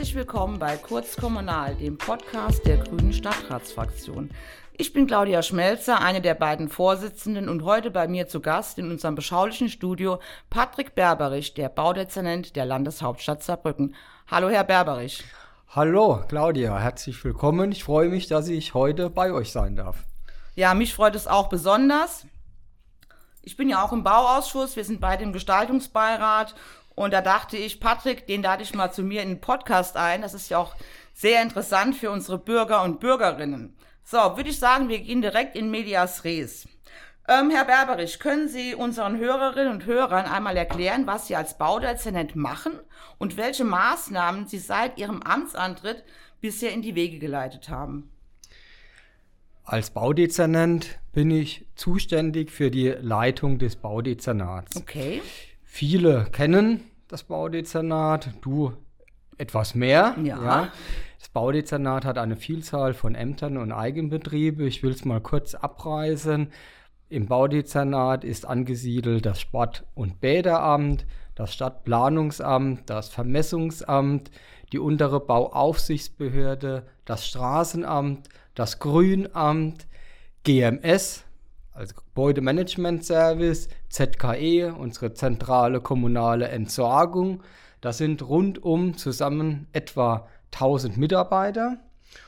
Herzlich willkommen bei Kurz Kommunal, dem Podcast der Grünen Stadtratsfraktion. Ich bin Claudia Schmelzer, eine der beiden Vorsitzenden, und heute bei mir zu Gast in unserem beschaulichen Studio Patrick Berberich, der Baudezernent der Landeshauptstadt Saarbrücken. Hallo, Herr Berberich. Hallo, Claudia, herzlich willkommen. Ich freue mich, dass ich heute bei euch sein darf. Ja, mich freut es auch besonders. Ich bin ja auch im Bauausschuss, wir sind beide im Gestaltungsbeirat. Und da dachte ich, Patrick, den lade ich mal zu mir in den Podcast ein. Das ist ja auch sehr interessant für unsere Bürger und Bürgerinnen. So, würde ich sagen, wir gehen direkt in medias res. Herr Berberich, können Sie unseren Hörerinnen und Hörern einmal erklären, was Sie als Baudezernent machen und welche Maßnahmen Sie seit Ihrem Amtsantritt bisher in die Wege geleitet haben? Als Baudezernent bin ich zuständig für die Leitung des Baudezernats. Okay. Viele kennen das Baudezernat, du etwas mehr. Ja. Das Baudezernat hat eine Vielzahl von Ämtern und Eigenbetriebe. Ich will es mal kurz abreißen. Im Baudezernat ist angesiedelt das Sport- und Bäderamt, das Stadtplanungsamt, das Vermessungsamt, die untere Bauaufsichtsbehörde, das Straßenamt, das Grünamt, GMS, also Gebäudemanagement-Service, ZKE, unsere zentrale kommunale Entsorgung. Das sind rundum zusammen etwa 1000 Mitarbeiter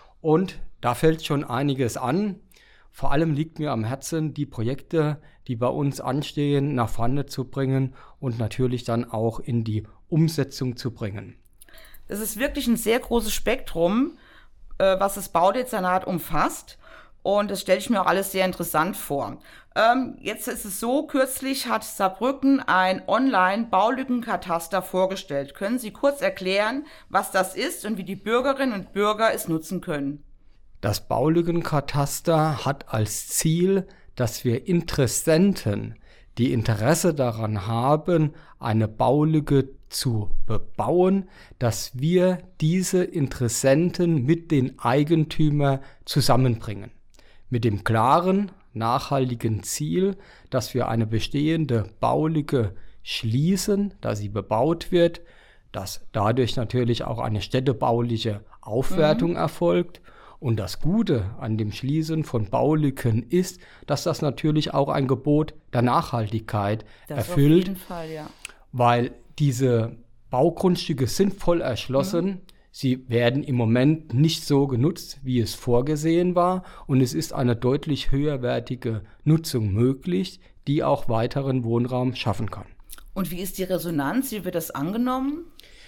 und da fällt schon einiges an. Vor allem liegt mir am Herzen, die Projekte, die bei uns anstehen, nach vorne zu bringen und natürlich dann auch in die Umsetzung zu bringen. Das ist wirklich ein sehr großes Spektrum, was das Baudezernat umfasst. Und das stelle ich mir auch alles sehr interessant vor. Jetzt ist es so, kürzlich hat Saarbrücken ein Online-Baulückenkataster vorgestellt. Können Sie kurz erklären, was das ist und wie die Bürgerinnen und Bürger es nutzen können? Das Baulückenkataster hat als Ziel, dass wir Interessenten, die Interesse daran haben, eine Baulücke zu bebauen, dass wir diese Interessenten mit den Eigentümern zusammenbringen. Mit dem klaren, nachhaltigen Ziel, dass wir eine bestehende Baulücke schließen, da sie bebaut wird, dass dadurch natürlich auch eine städtebauliche Aufwertung erfolgt. Und das Gute an dem Schließen von Baulücken ist, dass das natürlich auch ein Gebot der Nachhaltigkeit erfüllt. Auf jeden Fall, ja. Weil diese Baugrundstücke sind voll erschlossen. Sie werden im Moment nicht so genutzt, wie es vorgesehen war. Und es ist eine deutlich höherwertige Nutzung möglich, die auch weiteren Wohnraum schaffen kann. Und wie ist die Resonanz? Wie wird das angenommen?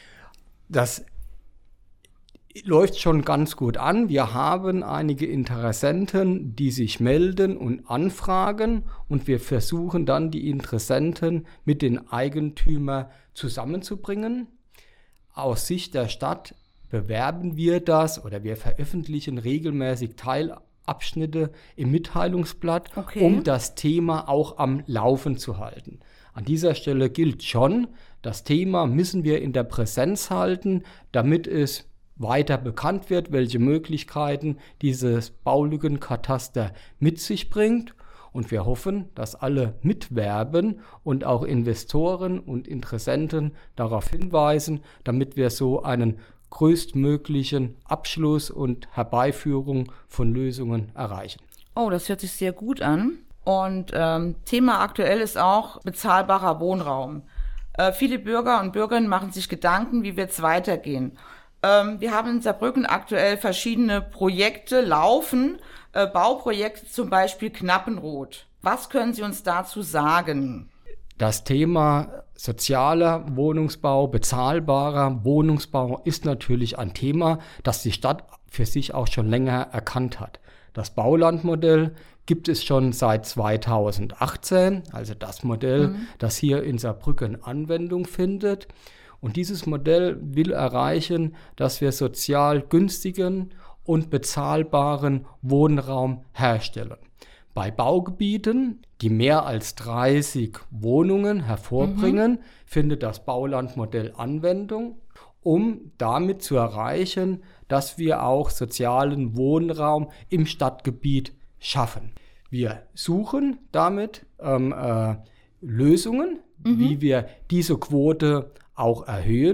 Das läuft schon ganz gut an. Wir haben einige Interessenten, die sich melden und anfragen. Und wir versuchen dann, die Interessenten mit den Eigentümern zusammenzubringen. Aus Sicht der Stadt bewerben wir das oder wir veröffentlichen regelmäßig Teilabschnitte im Mitteilungsblatt, um das Thema auch am Laufen zu halten. An dieser Stelle gilt schon, das Thema müssen wir in der Präsenz halten, damit es weiter bekannt wird, welche Möglichkeiten dieses Baulückenkataster mit sich bringt. Und wir hoffen, dass alle mitwerben und auch Investoren und Interessenten darauf hinweisen, damit wir so einen größtmöglichen Abschluss und Herbeiführung von Lösungen erreichen. Oh, das hört sich sehr gut an. Und Thema aktuell ist auch bezahlbarer Wohnraum. Viele Bürger und Bürgerinnen machen sich Gedanken, wie wird es weitergehen. Wir haben in Saarbrücken aktuell verschiedene Projekte laufen, Bauprojekte zum Beispiel Knappenrot. Was können Sie uns dazu sagen? Das Thema sozialer Wohnungsbau, bezahlbarer Wohnungsbau ist natürlich ein Thema, das die Stadt für sich auch schon länger erkannt hat. Das Baulandmodell gibt es schon seit 2018, also das Modell, das hier in Saarbrücken Anwendung findet. Und dieses Modell will erreichen, dass wir sozial günstigen und bezahlbaren Wohnraum herstellen. Bei Baugebieten, die mehr als 30 Wohnungen hervorbringen, findet das Baulandmodell Anwendung, um damit zu erreichen, dass wir auch sozialen Wohnraum im Stadtgebiet schaffen. Wir suchen damit Lösungen, wie wir diese Quote auch erhöhen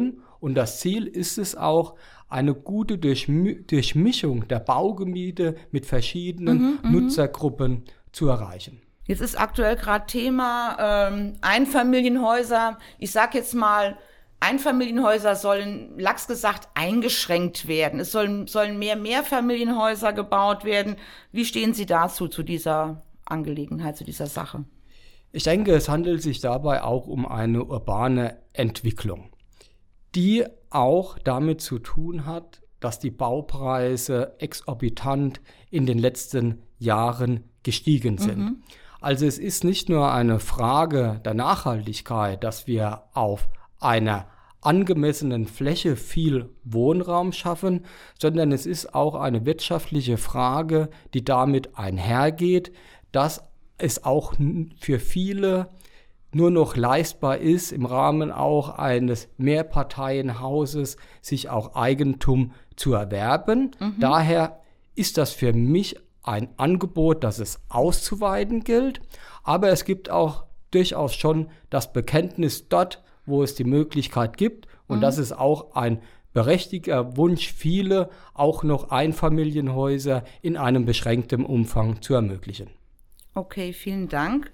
Und das Ziel ist es auch, eine gute Durchmischung der Baugebiete mit verschiedenen Nutzergruppen zu erreichen. Jetzt ist aktuell gerade Thema Einfamilienhäuser. Ich sage jetzt mal, Einfamilienhäuser sollen, lax gesagt, eingeschränkt werden. Es sollen mehr Mehrfamilienhäuser gebaut werden. Wie stehen Sie dazu, zu dieser Angelegenheit, zu dieser Sache? Ich denke, es handelt sich dabei auch um eine urbane Entwicklung, die auch damit zu tun hat, dass die Baupreise exorbitant in den letzten Jahren gestiegen sind. Also es ist nicht nur eine Frage der Nachhaltigkeit, dass wir auf einer angemessenen Fläche viel Wohnraum schaffen, sondern es ist auch eine wirtschaftliche Frage, die damit einhergeht, dass es auch für viele nur noch leistbar ist, im Rahmen auch eines Mehrparteienhauses sich auch Eigentum zu erwerben. Daher ist das für mich ein Angebot, das es auszuweiten gilt. Aber es gibt auch durchaus schon das Bekenntnis dort, wo es die Möglichkeit gibt. Und das ist auch ein berechtigter Wunsch, viele auch noch Einfamilienhäuser in einem beschränkten Umfang zu ermöglichen. Okay, vielen Dank.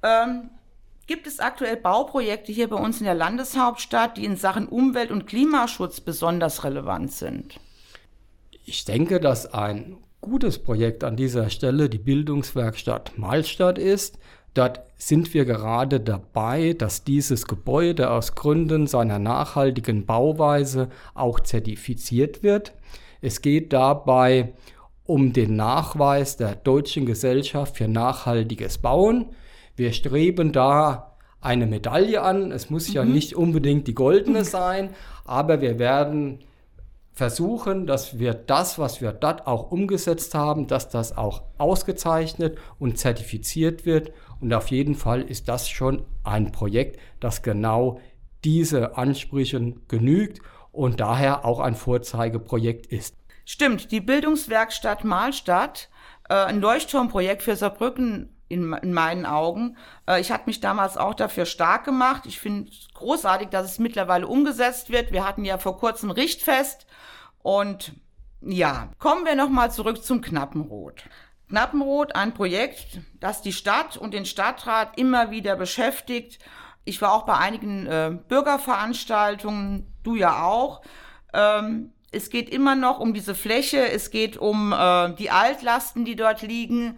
Gibt es aktuell Bauprojekte hier bei uns in der Landeshauptstadt, die in Sachen Umwelt- und Klimaschutz besonders relevant sind? Ich denke, dass ein gutes Projekt an dieser Stelle die Bildungswerkstatt Malstatt ist. Dort sind wir gerade dabei, dass dieses Gebäude aus Gründen seiner nachhaltigen Bauweise auch zertifiziert wird. Es geht dabei um den Nachweis der Deutschen Gesellschaft für nachhaltiges Bauen. Wir streben da eine Medaille an. Es muss ja nicht unbedingt die goldene sein, aber wir werden versuchen, dass wir das, was wir dort auch umgesetzt haben, dass das auch ausgezeichnet und zertifiziert wird. Und auf jeden Fall ist das schon ein Projekt, das genau diese Ansprüchen genügt und daher auch ein Vorzeigeprojekt ist. Stimmt, die Bildungswerkstatt Malstatt, ein Leuchtturmprojekt für Saarbrücken in meinen Augen. Ich hatte mich damals auch dafür stark gemacht. Ich finde es großartig, dass es mittlerweile umgesetzt wird. Wir hatten ja vor kurzem Richtfest. Und ja, kommen wir nochmal zurück zum Knappenrot. Knappenrot, ein Projekt, das die Stadt und den Stadtrat immer wieder beschäftigt. Ich war auch bei einigen Bürgerveranstaltungen, du ja auch. Es geht immer noch um diese Fläche, es geht um die Altlasten, die dort liegen.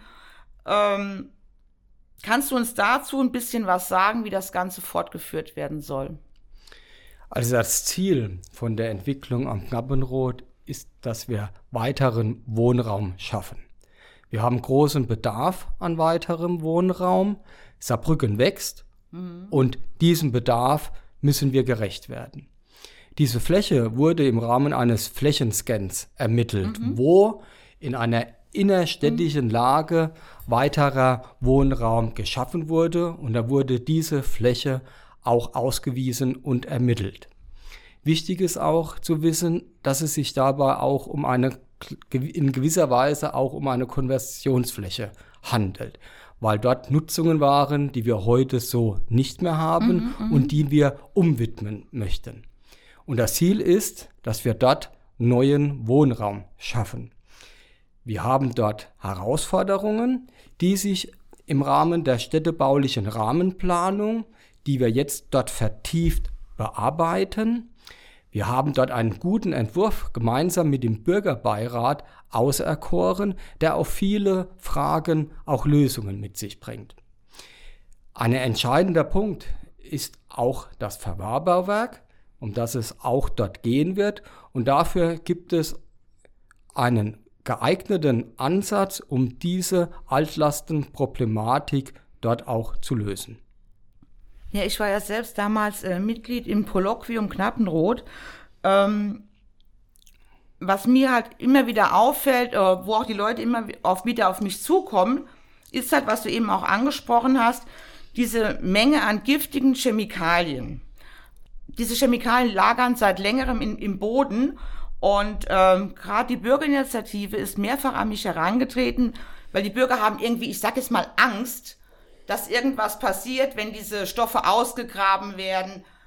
Kannst du uns dazu ein bisschen was sagen, wie das Ganze fortgeführt werden soll? Also das Ziel von der Entwicklung am Knappenrot ist, dass wir weiteren Wohnraum schaffen. Wir haben großen Bedarf an weiterem Wohnraum. Saarbrücken wächst und diesem Bedarf müssen wir gerecht werden. Diese Fläche wurde im Rahmen eines Flächenscans ermittelt, wo in einer innerstädtischen Lage weiterer Wohnraum geschaffen wurde und da wurde diese Fläche auch ausgewiesen und ermittelt. Wichtig ist auch zu wissen, dass es sich dabei auch in gewisser Weise auch um eine Konversionsfläche handelt, weil dort Nutzungen waren, die wir heute so nicht mehr haben und die wir umwidmen möchten. Und das Ziel ist, dass wir dort neuen Wohnraum schaffen. Wir haben dort Herausforderungen, die sich im Rahmen der städtebaulichen Rahmenplanung, die wir jetzt dort vertieft bearbeiten. Wir haben dort einen guten Entwurf gemeinsam mit dem Bürgerbeirat auserkoren, der auf viele Fragen auch Lösungen mit sich bringt. Ein entscheidender Punkt ist auch das Verwahrbauwerk, um das es auch dort gehen wird. Und dafür gibt es einen geeigneten Ansatz, um diese Altlastenproblematik dort auch zu lösen. Ja, ich war ja selbst damals Mitglied im Kolloquium Knappenrot. Was mir halt immer wieder auffällt, wo auch die Leute immer wieder auf mich zukommen, ist halt, was du eben auch angesprochen hast, diese Menge an giftigen Chemikalien. Diese Chemikalien lagern seit längerem im Boden und gerade die Bürgerinitiative ist mehrfach an mich herangetreten, weil die Bürger haben irgendwie, ich sag jetzt mal, Angst, dass irgendwas passiert, wenn diese Stoffe ausgegraben werden.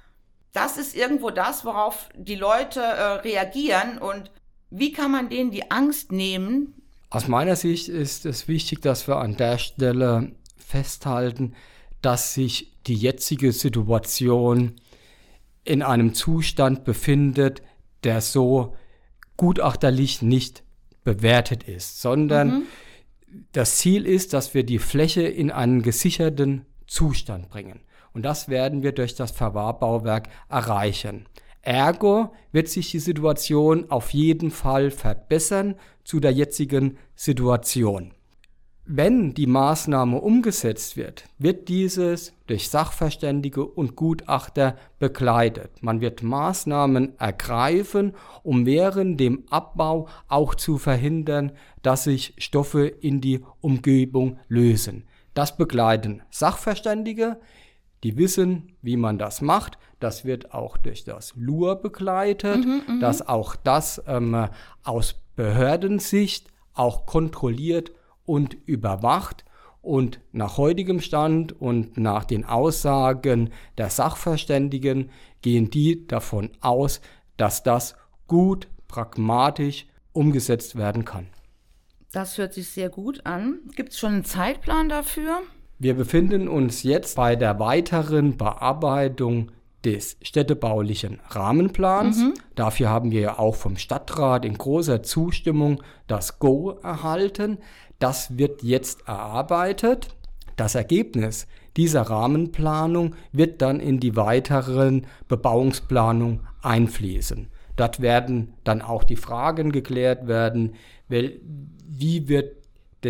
das ist irgendwo das, worauf die Leute reagieren. Und wie kann man denen die Angst nehmen? Aus meiner Sicht ist es wichtig, dass wir an der Stelle festhalten, dass sich die jetzige Situation in einem Zustand befindet, der so gutachterlich nicht bewertet ist, sondern das Ziel ist, dass wir die Fläche in einen gesicherten Zustand bringen. Und das werden wir durch das Verwahrbauwerk erreichen. Ergo wird sich die Situation auf jeden Fall verbessern zu der jetzigen Situation. Wenn die Maßnahme umgesetzt wird, wird dieses durch Sachverständige und Gutachter begleitet. Man wird Maßnahmen ergreifen, um während dem Abbau auch zu verhindern, dass sich Stoffe in die Umgebung lösen. Das begleiten Sachverständige, die wissen, wie man das macht. Das wird auch durch das LUR begleitet, dass auch das aus Behördensicht auch kontrolliert und überwacht. Und nach heutigem Stand und nach den Aussagen der Sachverständigen gehen die davon aus, dass das gut, pragmatisch umgesetzt werden kann. Das hört sich sehr gut an. Gibt es schon einen Zeitplan dafür? Wir befinden uns jetzt bei der weiteren Bearbeitung des städtebaulichen Rahmenplans. Dafür haben wir ja auch vom Stadtrat in großer Zustimmung das Go erhalten. Das wird jetzt erarbeitet. Das Ergebnis dieser Rahmenplanung wird dann in die weiteren Bebauungsplanung einfließen. Dort werden dann auch die Fragen geklärt werden, wie wird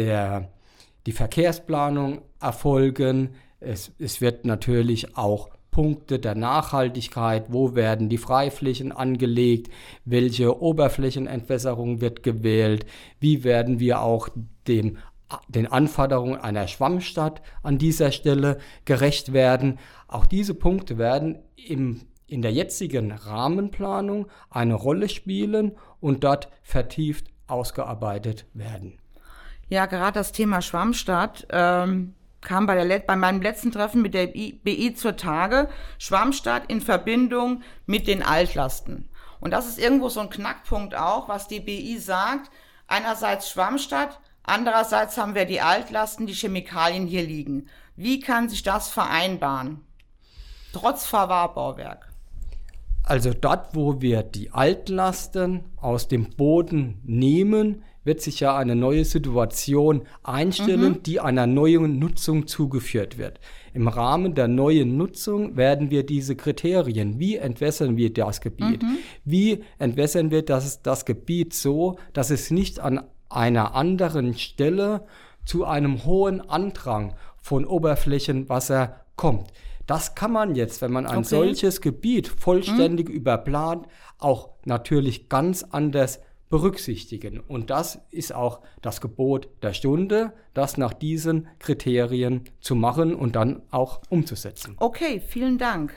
die Verkehrsplanung erfolgen. Es wird natürlich auch Punkte der Nachhaltigkeit, wo werden die Freiflächen angelegt, welche Oberflächenentwässerung wird gewählt, wie werden wir auch den Anforderungen einer Schwammstadt an dieser Stelle gerecht werden. Auch diese Punkte werden in der jetzigen Rahmenplanung eine Rolle spielen und dort vertieft ausgearbeitet werden. Ja, gerade das Thema Schwammstadt kam bei meinem letzten Treffen mit der BI zutage. Schwammstadt in Verbindung mit den Altlasten. Und das ist irgendwo so ein Knackpunkt auch, was die BI sagt. Einerseits Schwammstadt, andererseits haben wir die Altlasten, die Chemikalien hier liegen. Wie kann sich das vereinbaren? Trotz Verwahrbauwerk. Also dort, wo wir die Altlasten aus dem Boden nehmen, wird sich ja eine neue Situation einstellen, die einer neuen Nutzung zugeführt wird. Im Rahmen der neuen Nutzung werden wir diese Kriterien, wie entwässern wir das Gebiet, wie entwässern wir das Gebiet so, dass es nicht an einer anderen Stelle zu einem hohen Andrang von Oberflächenwasser kommt. Das kann man jetzt, wenn man ein solches Gebiet vollständig überplant, auch natürlich ganz anders berücksichtigen. Und das ist auch das Gebot der Stunde, das nach diesen Kriterien zu machen und dann auch umzusetzen. Okay, vielen Dank.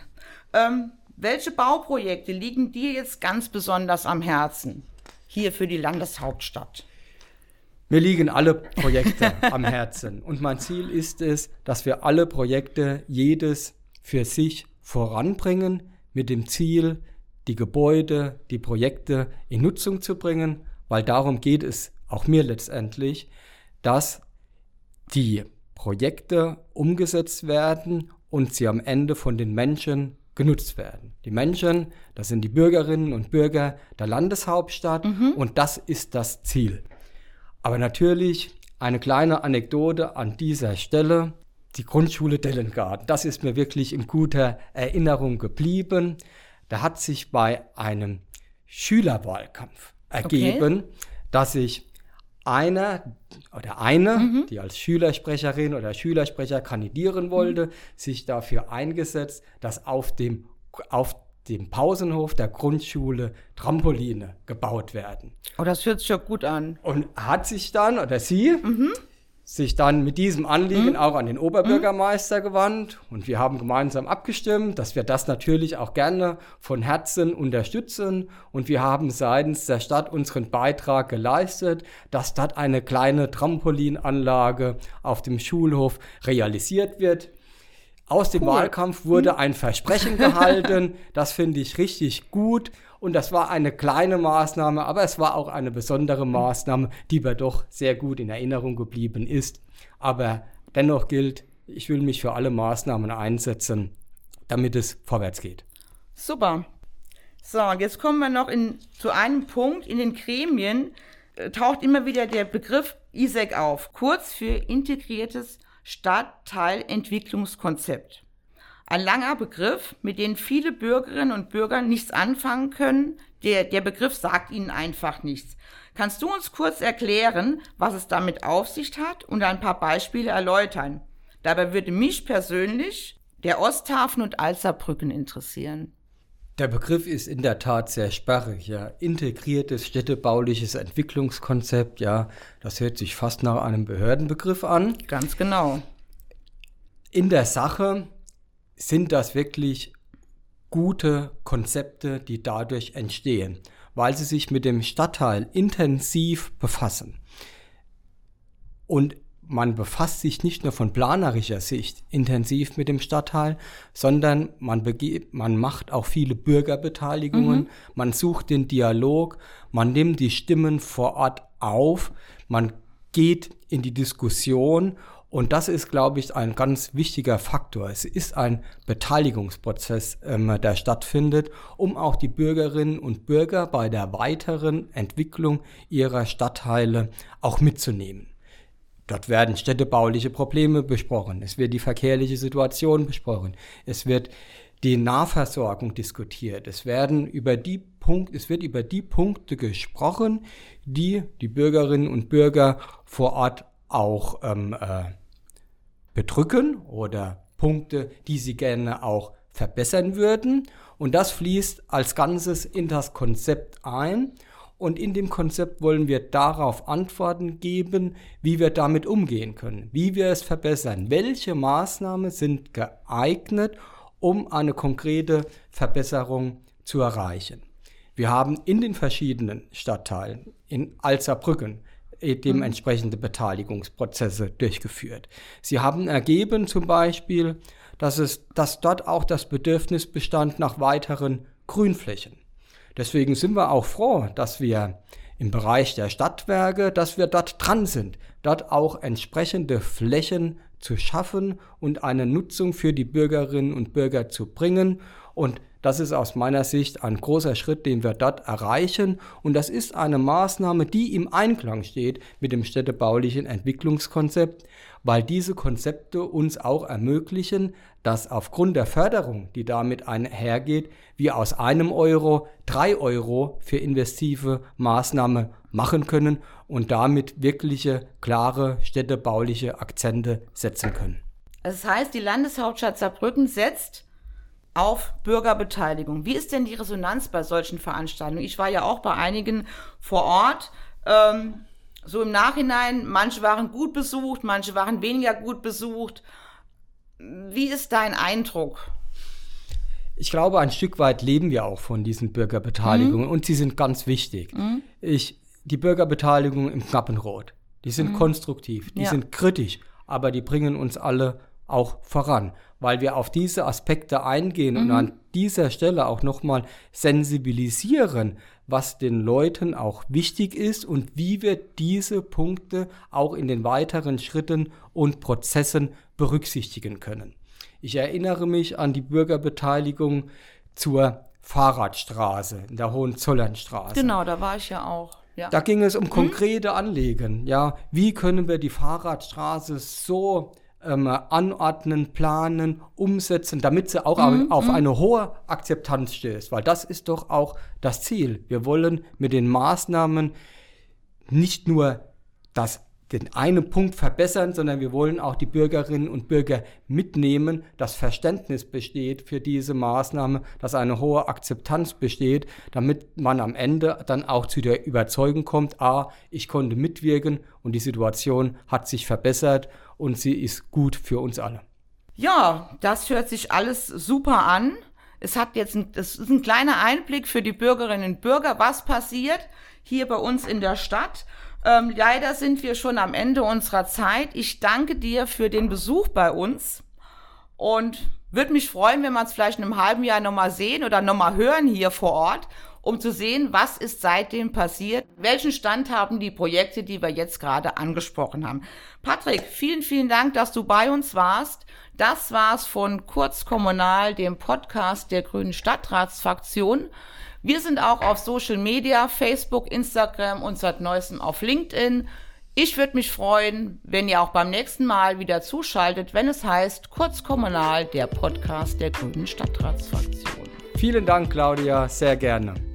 Welche Bauprojekte liegen dir jetzt ganz besonders am Herzen hier für die Landeshauptstadt? Mir liegen alle Projekte am Herzen. Und mein Ziel ist es, dass wir alle Projekte, jedes für sich voranbringen, mit dem Ziel, die Gebäude, die Projekte in Nutzung zu bringen, weil darum geht es auch mir letztendlich, dass die Projekte umgesetzt werden und sie am Ende von den Menschen genutzt werden. Die Menschen, das sind die Bürgerinnen und Bürger der Landeshauptstadt und das ist das Ziel. Aber natürlich eine kleine Anekdote an dieser Stelle. Die Grundschule Dellengarten, das ist mir wirklich in guter Erinnerung geblieben. Da hat sich bei einem Schülerwahlkampf ergeben, dass sich eine, die als Schülersprecherin oder Schülersprecher kandidieren wollte, sich dafür eingesetzt, dass auf dem Pausenhof der Grundschule Trampoline gebaut werden. Oh, das hört sich ja gut an. Und hat sich dann, oder sie, sich dann mit diesem Anliegen auch an den Oberbürgermeister gewandt. Und wir haben gemeinsam abgestimmt, dass wir das natürlich auch gerne von Herzen unterstützen. Und wir haben seitens der Stadt unseren Beitrag geleistet, dass dort eine kleine Trampolinanlage auf dem Schulhof realisiert wird. Aus dem Wahlkampf wurde ein Versprechen gehalten. Das finde ich richtig gut. Und das war eine kleine Maßnahme, aber es war auch eine besondere Maßnahme, die mir doch sehr gut in Erinnerung geblieben ist. Aber dennoch gilt, ich will mich für alle Maßnahmen einsetzen, damit es vorwärts geht. Super. So, und jetzt kommen wir noch zu einem Punkt. In den Gremien taucht immer wieder der Begriff ISEC auf, kurz für integriertes Stadtteilentwicklungskonzept. Ein langer Begriff, mit dem viele Bürgerinnen und Bürger nichts anfangen können. Der Begriff sagt ihnen einfach nichts. Kannst du uns kurz erklären, was es damit auf sich hat und ein paar Beispiele erläutern? Dabei würde mich persönlich der Osthafen und Alsterbrücken interessieren. Der Begriff ist in der Tat sehr sperrig, ja. Integriertes städtebauliches Entwicklungskonzept, ja, das hört sich fast nach einem Behördenbegriff an. Ganz genau. In der Sache sind das wirklich gute Konzepte, die dadurch entstehen, weil sie sich mit dem Stadtteil intensiv befassen. Und man befasst sich nicht nur von planerischer Sicht intensiv mit dem Stadtteil, sondern man macht auch viele Bürgerbeteiligungen, man sucht den Dialog, man nimmt die Stimmen vor Ort auf, man geht in die Diskussion und das ist, glaube ich, ein ganz wichtiger Faktor. Es ist ein Beteiligungsprozess, der stattfindet, um auch die Bürgerinnen und Bürger bei der weiteren Entwicklung ihrer Stadtteile auch mitzunehmen. Dort werden städtebauliche Probleme besprochen, es wird die verkehrliche Situation besprochen, es wird die Nahversorgung diskutiert, es wird über die Punkte gesprochen, die die Bürgerinnen und Bürger vor Ort auch bedrücken oder Punkte, die sie gerne auch verbessern würden. Und das fließt als Ganzes in das Konzept ein. Und in dem Konzept wollen wir darauf Antworten geben, wie wir damit umgehen können, wie wir es verbessern, welche Maßnahmen sind geeignet, um eine konkrete Verbesserung zu erreichen. Wir haben in den verschiedenen Stadtteilen, in Alsterbrücken, dementsprechende Beteiligungsprozesse durchgeführt. Sie haben ergeben zum Beispiel, dass dort auch das Bedürfnis bestand nach weiteren Grünflächen. Deswegen sind wir auch froh, dass wir im Bereich der Stadtwerke, dass wir dort dran sind, dort auch entsprechende Flächen zu schaffen und eine Nutzung für die Bürgerinnen und Bürger zu bringen. Und das ist aus meiner Sicht ein großer Schritt, den wir dort erreichen. Und das ist eine Maßnahme, die im Einklang steht mit dem städtebaulichen Entwicklungskonzept, weil diese Konzepte uns auch ermöglichen, dass aufgrund der Förderung, die damit einhergeht, wir aus 1 Euro 3 Euro für investive Maßnahmen machen können und damit wirkliche, klare städtebauliche Akzente setzen können. Das heißt, die Landeshauptstadt Saarbrücken setzt auf Bürgerbeteiligung. Wie ist denn die Resonanz bei solchen Veranstaltungen? Ich war ja auch bei einigen vor Ort. So im Nachhinein, manche waren gut besucht, manche waren weniger gut besucht. Wie ist dein Eindruck? Ich glaube, ein Stück weit leben wir auch von diesen Bürgerbeteiligungen und sie sind ganz wichtig. Die Bürgerbeteiligungen im Knappenrot, die sind konstruktiv, die sind kritisch, aber die bringen uns alle auch voran, weil wir auf diese Aspekte eingehen und an dieser Stelle auch nochmal sensibilisieren, was den Leuten auch wichtig ist und wie wir diese Punkte auch in den weiteren Schritten und Prozessen berücksichtigen können. Ich erinnere mich an die Bürgerbeteiligung zur Fahrradstraße in der Hohenzollernstraße. Genau, da war ich ja auch. Ja. Da ging es um konkrete Anliegen. Ja, wie können wir die Fahrradstraße so anordnen, planen, umsetzen, damit sie auch auf eine hohe Akzeptanz stößt. Weil das ist doch auch das Ziel. Wir wollen mit den Maßnahmen nicht nur den einen Punkt verbessern, sondern wir wollen auch die Bürgerinnen und Bürger mitnehmen, dass Verständnis besteht für diese Maßnahme, dass eine hohe Akzeptanz besteht, damit man am Ende dann auch zu der Überzeugung kommt, ich konnte mitwirken und die Situation hat sich verbessert und sie ist gut für uns alle. Ja, das hört sich alles super an. Das ist ein kleiner Einblick für die Bürgerinnen und Bürger, was passiert hier bei uns in der Stadt. Leider sind wir schon am Ende unserer Zeit. Ich danke dir für den Besuch bei uns und würde mich freuen, wenn wir uns vielleicht in einem halben Jahr nochmal sehen oder nochmal hören hier vor Ort, um zu sehen, was ist seitdem passiert, welchen Stand haben die Projekte, die wir jetzt gerade angesprochen haben. Patrick, vielen, vielen Dank, dass du bei uns warst. Das war's von Kurz Kommunal, dem Podcast der Grünen Stadtratsfraktion. Wir sind auch auf Social Media, Facebook, Instagram und seit neuestem auf LinkedIn. Ich würde mich freuen, wenn ihr auch beim nächsten Mal wieder zuschaltet, wenn es heißt Kurz Kommunal, der Podcast der Grünen Stadtratsfraktion. Vielen Dank, Claudia, sehr gerne.